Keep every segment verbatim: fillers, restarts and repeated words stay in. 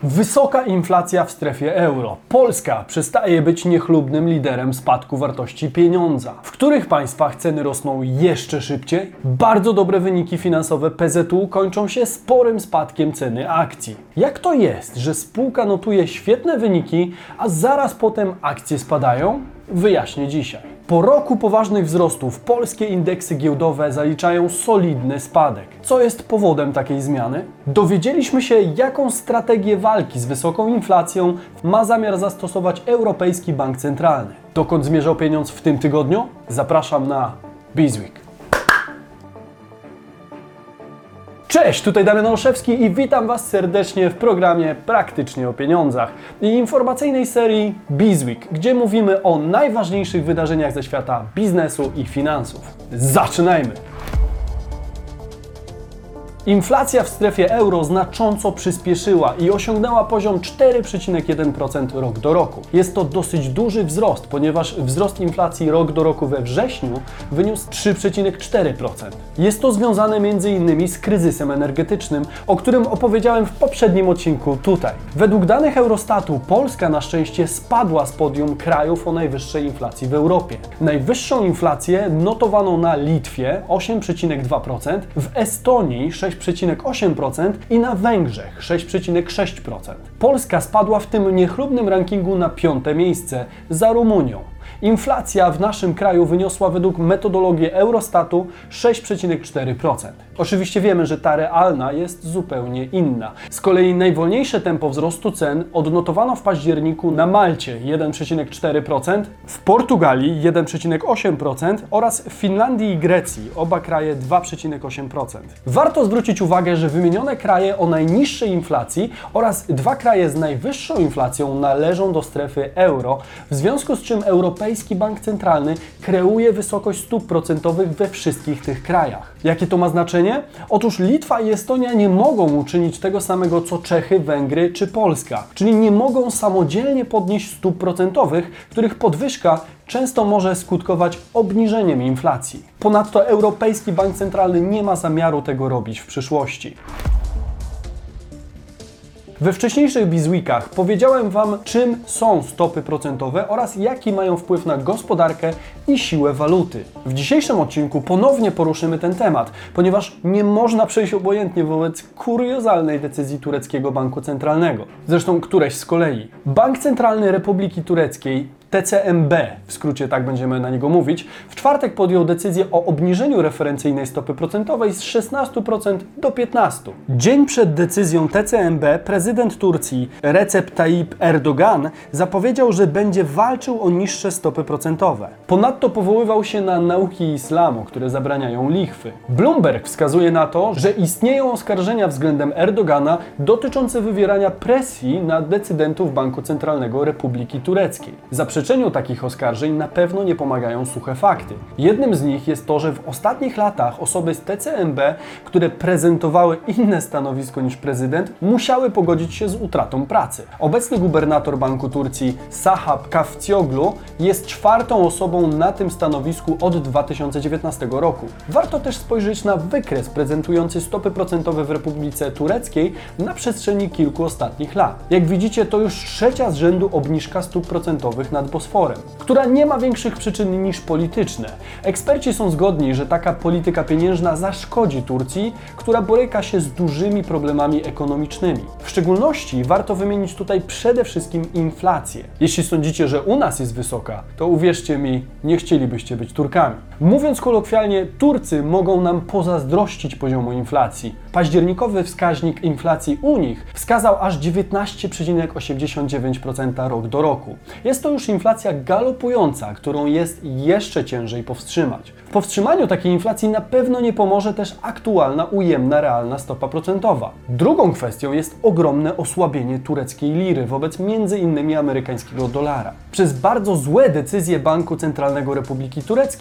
Wysoka inflacja w strefie euro. Polska przestaje być niechlubnym liderem spadku wartości pieniądza. W których państwach ceny rosną jeszcze szybciej? Bardzo dobre wyniki finansowe P Z U kończą się sporym spadkiem ceny akcji. Jak to jest, że spółka notuje świetne wyniki, a zaraz potem akcje spadają? Wyjaśnię dzisiaj. Po roku poważnych wzrostów polskie indeksy giełdowe zaliczają solidny spadek. Co jest powodem takiej zmiany? Dowiedzieliśmy się, jaką strategię walki z wysoką inflacją ma zamiar zastosować Europejski Bank Centralny. Dokąd zmierzał pieniądz w tym tygodniu? Zapraszam na Bizweek. Cześć, tutaj Damian Olszewski i witam Was serdecznie w programie Praktycznie o Pieniądzach i informacyjnej serii Bizweek, gdzie mówimy o najważniejszych wydarzeniach ze świata biznesu i finansów. Zaczynajmy! Inflacja w strefie euro znacząco przyspieszyła i osiągnęła poziom cztery przecinek jeden procent rok do roku. Jest to dosyć duży wzrost, ponieważ wzrost inflacji rok do roku we wrześniu wyniósł trzy przecinek cztery procent. Jest to związane między innymi z kryzysem energetycznym, o którym opowiedziałem w poprzednim odcinku tutaj. Według danych Eurostatu Polska na szczęście spadła z podium krajów o najwyższej inflacji w Europie. Najwyższą inflację notowano na Litwie osiem przecinek dwa procent, w Estonii sześć przecinek osiem procent i na Węgrzech sześć przecinek sześć procent. Polska spadła w tym niechlubnym rankingu na piąte miejsce za Rumunią. Inflacja w naszym kraju wyniosła według metodologii Eurostatu sześć przecinek cztery procent. Oczywiście wiemy, że ta realna jest zupełnie inna. Z kolei najwolniejsze tempo wzrostu cen odnotowano w październiku na Malcie jeden przecinek cztery procent, w Portugalii jeden przecinek osiem procent oraz w Finlandii i Grecji, oba kraje dwa przecinek osiem procent. Warto zwrócić uwagę, że wymienione kraje o najniższej inflacji oraz dwa kraje z najwyższą inflacją należą do strefy euro, w związku z czym Europejski Bank Centralny kreuje wysokość stóp procentowych we wszystkich tych krajach. Jakie to ma znaczenie? Otóż Litwa i Estonia nie mogą uczynić tego samego co Czechy, Węgry czy Polska, czyli nie mogą samodzielnie podnieść stóp procentowych, których podwyżka często może skutkować obniżeniem inflacji. Ponadto Europejski Bank Centralny nie ma zamiaru tego robić w przyszłości. We wcześniejszych Bizweekach powiedziałem Wam, czym są stopy procentowe oraz jaki mają wpływ na gospodarkę i siłę waluty. W dzisiejszym odcinku ponownie poruszymy ten temat, ponieważ nie można przejść obojętnie wobec kuriozalnej decyzji tureckiego banku centralnego. Zresztą któreś z kolei. Bank Centralny Republiki Tureckiej, T C M B, w skrócie tak będziemy na niego mówić, w czwartek podjął decyzję o obniżeniu referencyjnej stopy procentowej z szesnastu procent do piętnastu procent. Dzień przed decyzją T C M B prezydent Turcji Recep Tayyip Erdogan zapowiedział, że będzie walczył o niższe stopy procentowe. Ponadto powoływał się na nauki islamu, które zabraniają lichwy. Bloomberg wskazuje na to, że istnieją oskarżenia względem Erdogana dotyczące wywierania presji na decydentów Banku Centralnego Republiki Tureckiej. Zaprzeczeniu takich oskarżeń na pewno nie pomagają suche fakty. Jednym z nich jest to, że w ostatnich latach osoby z T C M B, które prezentowały inne stanowisko niż prezydent, musiały pogodzić się z utratą pracy. Obecny gubernator Banku Turcji Sahap Kavcioglu jest czwartą osobą na tym stanowisku od dwa tysiące dziewiętnastego roku. Warto też spojrzeć na wykres prezentujący stopy procentowe w Republice Tureckiej na przestrzeni kilku ostatnich lat. Jak widzicie, to już trzecia z rzędu obniżka stóp procentowych nad Bosforem, która nie ma większych przyczyn niż polityczne. Eksperci są zgodni, że taka polityka pieniężna zaszkodzi Turcji, która boryka się z dużymi problemami ekonomicznymi. W szczególności warto wymienić tutaj przede wszystkim inflację. Jeśli sądzicie, że u nas jest wysoka, to uwierzcie mi, nie chcielibyście być Turkami. Mówiąc kolokwialnie, Turcy mogą nam pozazdrościć poziomu inflacji. Październikowy wskaźnik inflacji u nich wskazał aż dziewiętnaście przecinek osiemdziesiąt dziewięć procent rok do roku. Jest to już inflacja galopująca, którą jest jeszcze ciężej powstrzymać. W powstrzymaniu takiej inflacji na pewno nie pomoże też aktualna ujemna realna stopa procentowa. Drugą kwestią jest ogromne osłabienie tureckiej liry wobec między innymi amerykańskiego dolara. Przez bardzo złe decyzje Banku Centralnego Republiki Tureckiej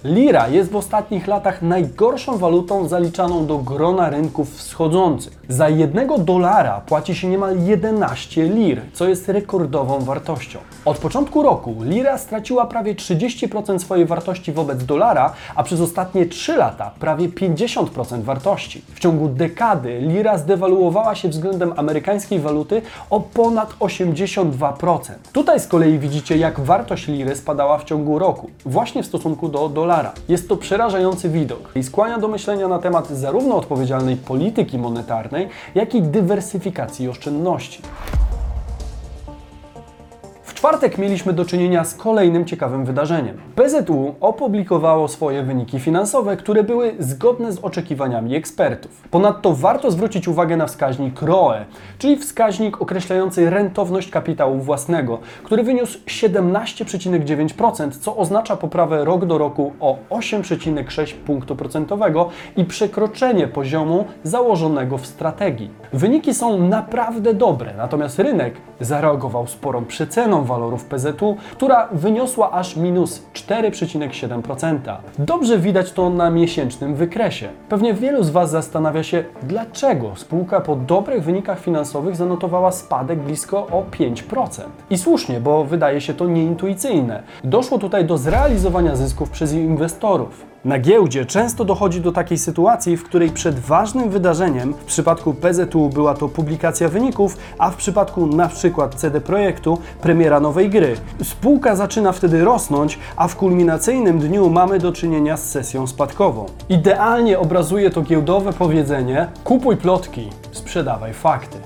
Lira jest w ostatnich latach najgorszą walutą zaliczaną do grona rynków wschodzących. Za jednego dolara płaci się niemal jedenaście lir, co jest rekordową wartością. Od początku roku lira straciła prawie trzydzieści procent swojej wartości wobec dolara, a przez ostatnie trzy lata prawie pięćdziesiąt procent wartości. W ciągu dekady lira zdewaluowała się względem amerykańskiej waluty o ponad osiemdziesiąt dwa procent. Tutaj z kolei widzicie, jak wartość liry spadała w ciągu roku, właśnie w stosunku do dolara. Jest to przerażający widok i skłania do myślenia na temat zarówno odpowiedzialnej polityki monetarnej, jak i dywersyfikacji oszczędności. W czwartek mieliśmy do czynienia z kolejnym ciekawym wydarzeniem. P Z U opublikowało swoje wyniki finansowe, które były zgodne z oczekiwaniami ekspertów. Ponadto warto zwrócić uwagę na wskaźnik R O E, czyli wskaźnik określający rentowność kapitału własnego, który wyniósł siedemnaście przecinek dziewięć procent, co oznacza poprawę rok do roku o osiem przecinek sześć punktu procentowego i przekroczenie poziomu założonego w strategii. Wyniki są naprawdę dobre, natomiast rynek zareagował sporą przeceną walorów P Z U, która wyniosła aż minus cztery przecinek siedem procent. Dobrze widać to na miesięcznym wykresie. Pewnie wielu z Was zastanawia się, dlaczego spółka po dobrych wynikach finansowych zanotowała spadek blisko o pięć procent. I słusznie, bo wydaje się to nieintuicyjne. Doszło tutaj do zrealizowania zysków przez inwestorów. Na giełdzie często dochodzi do takiej sytuacji, w której przed ważnym wydarzeniem, w przypadku P Z U była to publikacja wyników, a w przypadku na przykład C D Projektu premiera nowej gry. Spółka zaczyna wtedy rosnąć, a w kulminacyjnym dniu mamy do czynienia z sesją spadkową. Idealnie obrazuje to giełdowe powiedzenie: kupuj plotki, sprzedawaj fakty.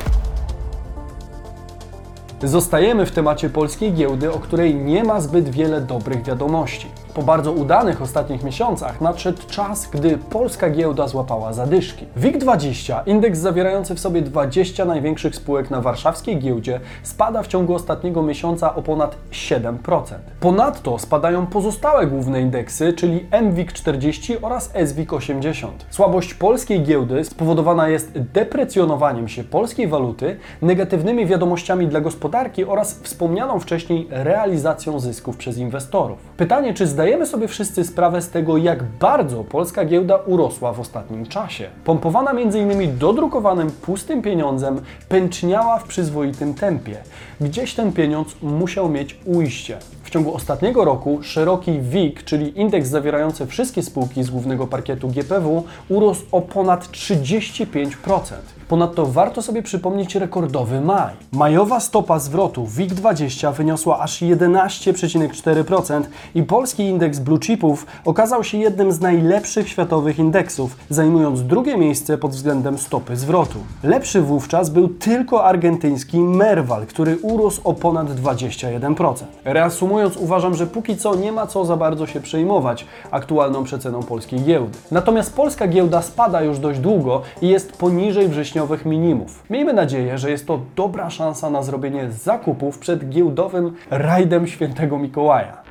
Zostajemy w temacie polskiej giełdy, o której nie ma zbyt wiele dobrych wiadomości. Po bardzo udanych ostatnich miesiącach nadszedł czas, gdy polska giełda złapała zadyszki. W I G dwadzieścia, indeks zawierający w sobie dwadzieścia największych spółek na warszawskiej giełdzie, spada w ciągu ostatniego miesiąca o ponad siedem procent. Ponadto spadają pozostałe główne indeksy, czyli M W I G czterdzieści oraz S W I G osiemdziesiąt. Słabość polskiej giełdy spowodowana jest deprecjonowaniem się polskiej waluty, negatywnymi wiadomościami dla gospodarki oraz wspomnianą wcześniej realizacją zysków przez inwestorów. Pytanie, czy zdaje Zdajemy sobie wszyscy sprawę z tego, jak bardzo polska giełda urosła w ostatnim czasie. Pompowana między innymi dodrukowanym pustym pieniądzem, pęczniała w przyzwoitym tempie. Gdzieś ten pieniądz musiał mieć ujście. W ciągu ostatniego roku szeroki W I G, czyli indeks zawierający wszystkie spółki z głównego parkietu G P W, urósł o ponad trzydzieści pięć procent. Ponadto warto sobie przypomnieć rekordowy maj. Majowa stopa zwrotu W I G dwadzieścia wyniosła aż jedenaście przecinek cztery procent i polski indeks blue chipów okazał się jednym z najlepszych światowych indeksów, zajmując drugie miejsce pod względem stopy zwrotu. Lepszy wówczas był tylko argentyński Merval, który urósł o ponad dwadzieścia jeden procent. Reasumując, uważam, że póki co nie ma co za bardzo się przejmować aktualną przeceną polskiej giełdy. Natomiast polska giełda spada już dość długo i jest poniżej wrześniowych minimów. Miejmy nadzieję, że jest to dobra szansa na zrobienie zakupów przed giełdowym rajdem Świętego Mikołaja.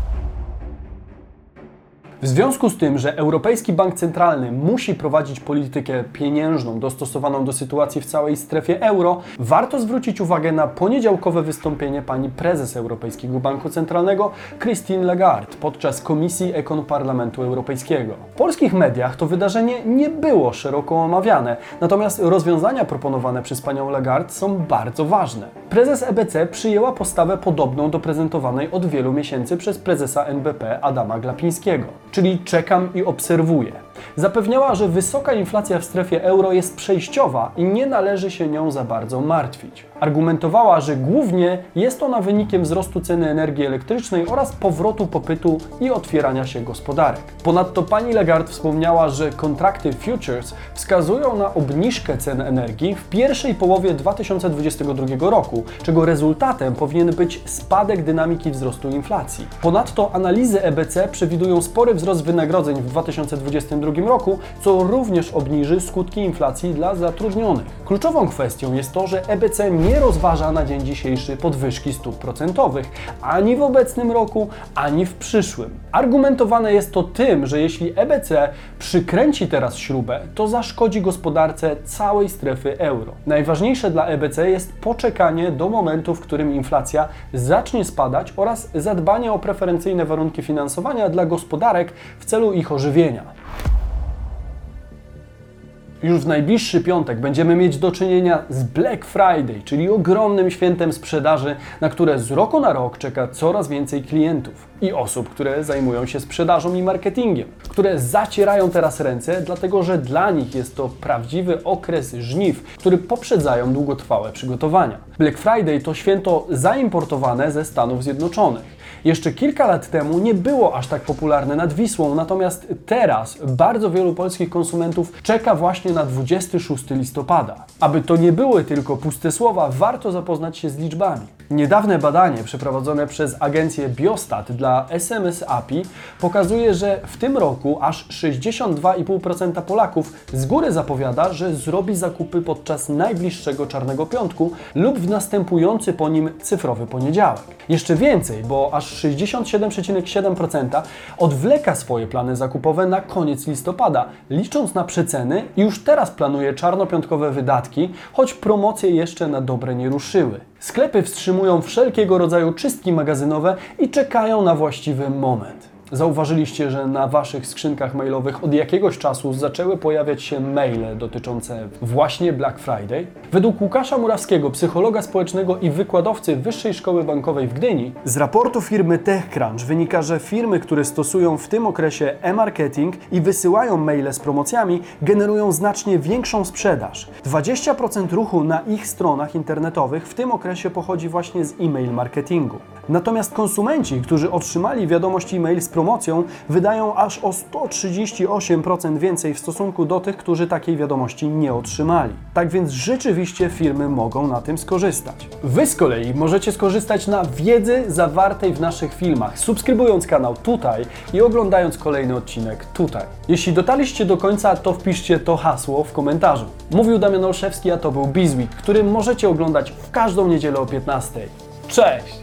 W związku z tym, że Europejski Bank Centralny musi prowadzić politykę pieniężną dostosowaną do sytuacji w całej strefie euro, warto zwrócić uwagę na poniedziałkowe wystąpienie pani prezes Europejskiego Banku Centralnego Christine Lagarde podczas Komisji Ekon Parlamentu Europejskiego. W polskich mediach to wydarzenie nie było szeroko omawiane, natomiast rozwiązania proponowane przez panią Lagarde są bardzo ważne. Prezes E B C przyjęła postawę podobną do prezentowanej od wielu miesięcy przez prezesa N B P Adama Glapińskiego. Czyli czekam i obserwuję. Zapewniała, że wysoka inflacja w strefie euro jest przejściowa i nie należy się nią za bardzo martwić. Argumentowała, że głównie jest ona wynikiem wzrostu ceny energii elektrycznej oraz powrotu popytu i otwierania się gospodarek. Ponadto pani Lagarde wspomniała, że kontrakty futures wskazują na obniżkę cen energii w pierwszej połowie dwa tysiące dwudziestego drugiego roku, czego rezultatem powinien być spadek dynamiki wzrostu inflacji. Ponadto analizy E B C przewidują spory wzrost wynagrodzeń w dwa tysiące dwudziestym drugim drugim roku, co również obniży skutki inflacji dla zatrudnionych. Kluczową kwestią jest to, że E B C nie rozważa na dzień dzisiejszy podwyżki stóp procentowych ani w obecnym roku, ani w przyszłym. Argumentowane jest to tym, że jeśli E B C przykręci teraz śrubę, to zaszkodzi gospodarce całej strefy euro. Najważniejsze dla E B C jest poczekanie do momentu, w którym inflacja zacznie spadać oraz zadbanie o preferencyjne warunki finansowania dla gospodarek w celu ich ożywienia. Już w najbliższy piątek będziemy mieć do czynienia z Black Friday, czyli ogromnym świętem sprzedaży, na które z roku na rok czeka coraz więcej klientów i osób, które zajmują się sprzedażą i marketingiem, które zacierają teraz ręce, dlatego że dla nich jest to prawdziwy okres żniw, który poprzedzają długotrwałe przygotowania. Black Friday to święto zaimportowane ze Stanów Zjednoczonych. Jeszcze kilka lat temu nie było aż tak popularne nad Wisłą, natomiast teraz bardzo wielu polskich konsumentów czeka właśnie na dwudziestego szóstego listopada. Aby to nie były tylko puste słowa, warto zapoznać się z liczbami. Niedawne badanie przeprowadzone przez agencję Biostat dla S M S A P I pokazuje, że w tym roku aż sześćdziesiąt dwa i pół procent Polaków z góry zapowiada, że zrobi zakupy podczas najbliższego Czarnego Piątku lub w następujący po nim cyfrowy poniedziałek. Jeszcze więcej, bo aż sześćdziesiąt siedem przecinek siedem procent odwleka swoje plany zakupowe na koniec listopada, licząc na przeceny i już teraz planuje czarnopiątkowe wydatki, choć promocje jeszcze na dobre nie ruszyły. Sklepy wstrzymują wszelkiego rodzaju czystki magazynowe i czekają na właściwy moment. Zauważyliście, że na Waszych skrzynkach mailowych od jakiegoś czasu zaczęły pojawiać się maile dotyczące właśnie Black Friday? Według Łukasza Murawskiego, psychologa społecznego i wykładowcy Wyższej Szkoły Bankowej w Gdyni, z raportu firmy TechCrunch wynika, że firmy, które stosują w tym okresie e-marketing i wysyłają maile z promocjami, generują znacznie większą sprzedaż. dwadzieścia procent ruchu na ich stronach internetowych w tym okresie pochodzi właśnie z e-mail marketingu. Natomiast konsumenci, którzy otrzymali wiadomość e-mail z promocją, wydają aż o sto trzydzieści osiem procent więcej w stosunku do tych, którzy takiej wiadomości nie otrzymali. Tak więc rzeczywiście firmy mogą na tym skorzystać. Wy z kolei możecie skorzystać na wiedzy zawartej w naszych filmach, subskrybując kanał tutaj i oglądając kolejny odcinek tutaj. Jeśli dotarliście do końca, to wpiszcie to hasło w komentarzu. Mówił Damian Olszewski, a to był Bizweek, który możecie oglądać w każdą niedzielę o piętnastej. Cześć!